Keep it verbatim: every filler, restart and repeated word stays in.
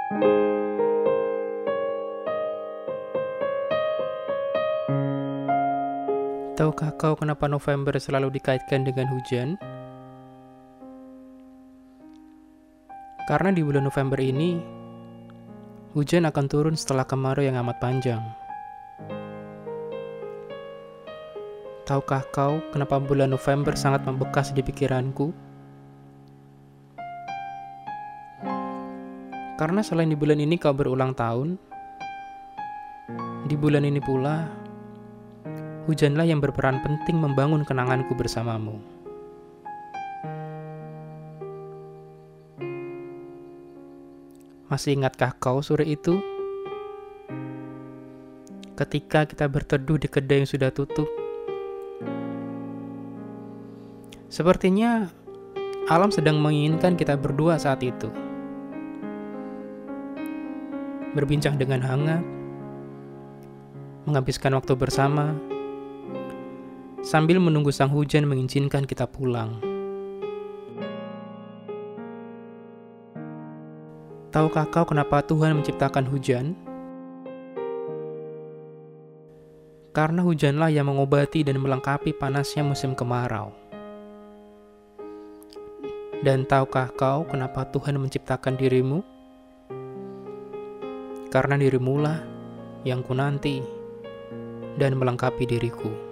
Tahukah kau kenapa November selalu dikaitkan dengan hujan? Karena di bulan November ini, hujan akan turun setelah kemarau yang amat panjang. Tahukah kau kenapa bulan November sangat membekas di pikiranku? Karena selain di bulan ini kau berulang tahun, di bulan ini pula, hujanlah yang berperan penting membangun kenanganku bersamamu. Masih ingatkah kau sore itu? Ketika kita berteduh di kedai yang sudah tutup. Sepertinya alam sedang menginginkan kita berdua saat itu. Berbincang dengan hangat, menghabiskan waktu bersama, sambil menunggu sang hujan mengizinkan kita pulang. Tahukah kau kenapa Tuhan menciptakan hujan? Karena hujanlah yang mengobati dan melengkapi panasnya musim kemarau. Dan tahukah kau kenapa Tuhan menciptakan dirimu? Karena dirimulah yang kunanti dan melengkapi diriku.